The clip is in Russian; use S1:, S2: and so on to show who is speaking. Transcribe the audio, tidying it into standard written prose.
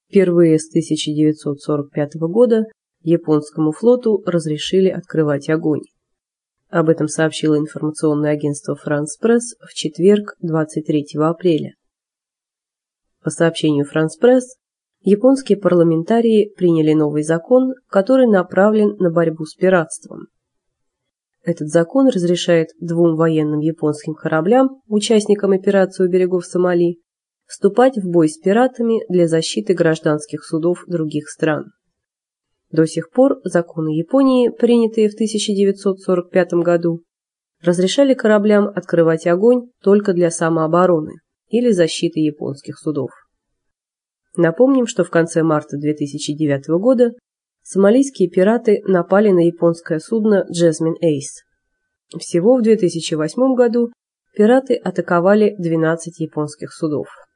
S1: Впервые с 1945 года японскому флоту разрешили открывать огонь. Об этом сообщило информационное агентство France Press в четверг, 23 апреля. По сообщению France Press, японские парламентарии приняли новый закон, который направлен на борьбу с пиратством. Этот закон разрешает двум военным японским кораблям, участникам операции у берегов Сомали, вступать в бой с пиратами для защиты гражданских судов других стран. До сих пор законы Японии, принятые в 1945 году, разрешали кораблям открывать огонь только для самообороны или защиты японских судов. Напомним, что в конце марта 2009 года сомалийские пираты напали на японское судно Jasmine Ace. Всего в 2008 году пираты атаковали 12 японских судов.